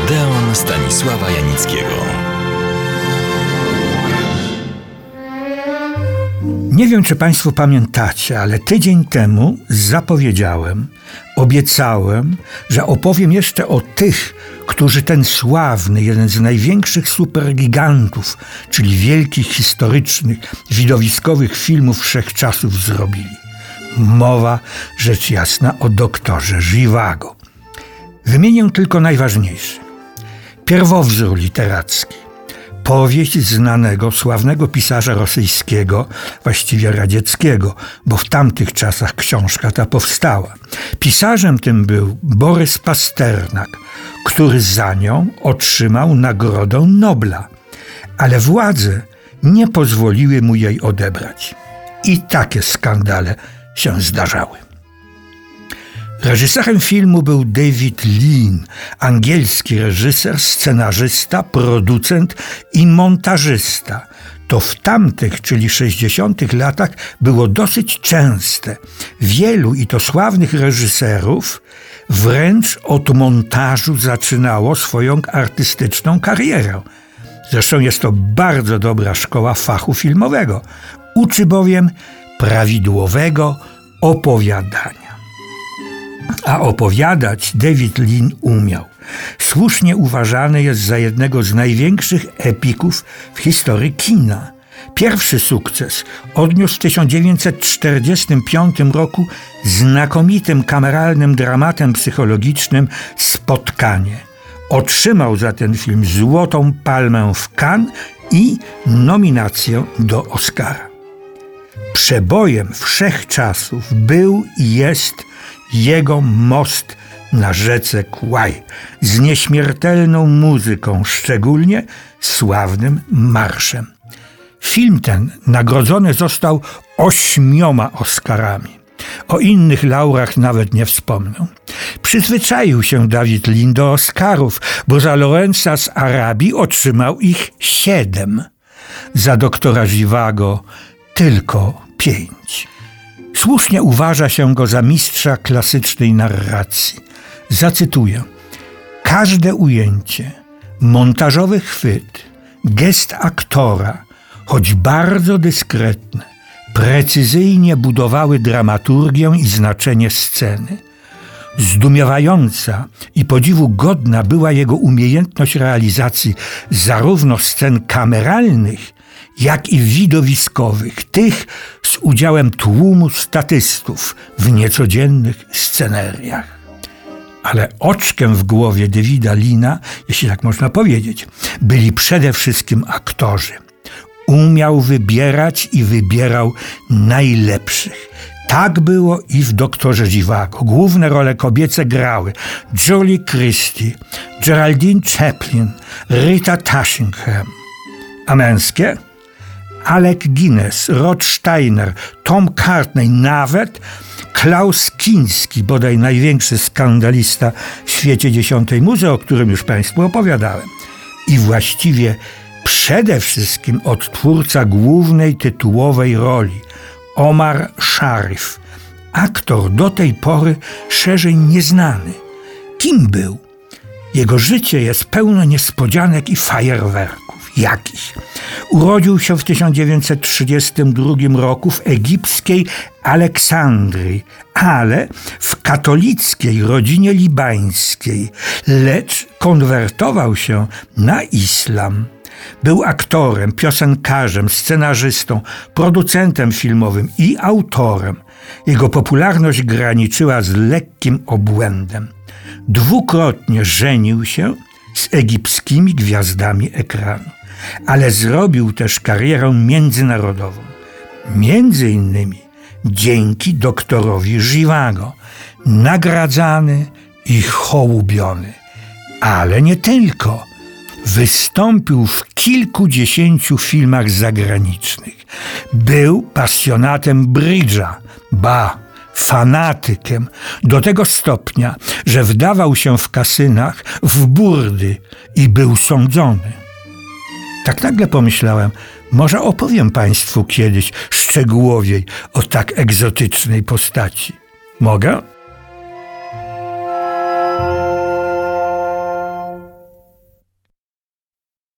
Odeon Stanisława Janickiego. Nie wiem, czy Państwo pamiętacie, ale tydzień temu obiecałem, że opowiem jeszcze o tych, którzy ten sławny, jeden z największych supergigantów, czyli wielkich historycznych, widowiskowych filmów wszechczasów zrobili. Mowa, rzecz jasna, o doktorze Żywago. Wymienię tylko najważniejszy. Pierwowzór literacki. Powieść znanego, sławnego pisarza rosyjskiego, właściwie radzieckiego, bo w tamtych czasach książka ta powstała. Pisarzem tym był Borys Pasternak, który za nią otrzymał Nagrodę Nobla, ale władze nie pozwoliły mu jej odebrać. I takie skandale się zdarzały. Reżyserem filmu był David Lean, angielski reżyser, scenarzysta, producent i montażysta. To w tamtych, czyli 60. latach było dosyć częste. Wielu i to sławnych reżyserów wręcz od montażu zaczynało swoją artystyczną karierę. Zresztą jest to bardzo dobra szkoła fachu filmowego. Uczy bowiem prawidłowego opowiadania. A opowiadać David Lean umiał. Słusznie uważany jest za jednego z największych epików w historii kina. Pierwszy sukces odniósł w 1945 roku znakomitym kameralnym dramatem psychologicznym Spotkanie. Otrzymał za ten film Złotą Palmę w Cannes i nominację do Oscara. Przebojem wszechczasów był i jest jego Most na rzece Kwaj z nieśmiertelną muzyką, szczególnie sławnym marszem. Film ten nagrodzony został 8 Oscarami. O innych laurach nawet nie wspomnę. Przyzwyczaił się David Lean do Oscarów, bo za Lorenza z Arabii otrzymał ich 7. Za doktora Żywago tylko 5. Słusznie uważa się go za mistrza klasycznej narracji. Zacytuję: każde ujęcie, montażowy chwyt, gest aktora, choć bardzo dyskretne, precyzyjnie budowały dramaturgię i znaczenie sceny. Zdumiewająca i podziwu godna była jego umiejętność realizacji zarówno scen kameralnych, jak i widowiskowych, tych z udziałem tłumu statystów w niecodziennych sceneriach. Ale oczkiem w głowie Davida Leana, jeśli tak można powiedzieć, byli przede wszystkim aktorzy. Umiał wybierać i wybierał najlepszych. Tak było i w Doktorze Żywago. Główne role kobiece grały Julie Christie, Geraldine Chaplin, Rita Tashingham. A męskie? Alec Guinness, Rod Steiner, Tom Courtenay, nawet Klaus Kinski, bodaj największy skandalista w świecie 10. muzy, o którym już Państwu opowiadałem. I właściwie przede wszystkim odtwórca głównej tytułowej roli, Omar Sharif, aktor do tej pory szerzej nieznany. Kim był? Jego życie jest pełno niespodzianek i fajerwerków. Jakich? Urodził się w 1932 roku w egipskiej Aleksandrii, ale w katolickiej rodzinie libańskiej, lecz konwertował się na islam. Był aktorem, piosenkarzem, scenarzystą, producentem filmowym i autorem. Jego popularność graniczyła z lekkim obłędem. Dwukrotnie żenił się z egipskimi gwiazdami ekranu, ale zrobił też karierę międzynarodową. Między innymi dzięki doktorowi Żywago, nagradzany i hołubiony. Ale nie tylko. Wystąpił w kilkudziesięciu filmach zagranicznych. Był pasjonatem brydża, fanatykiem, do tego stopnia, że wdawał się w kasynach w burdy i był sądzony. Tak nagle pomyślałem, może opowiem Państwu kiedyś szczegółowiej o tak egzotycznej postaci. Mogę?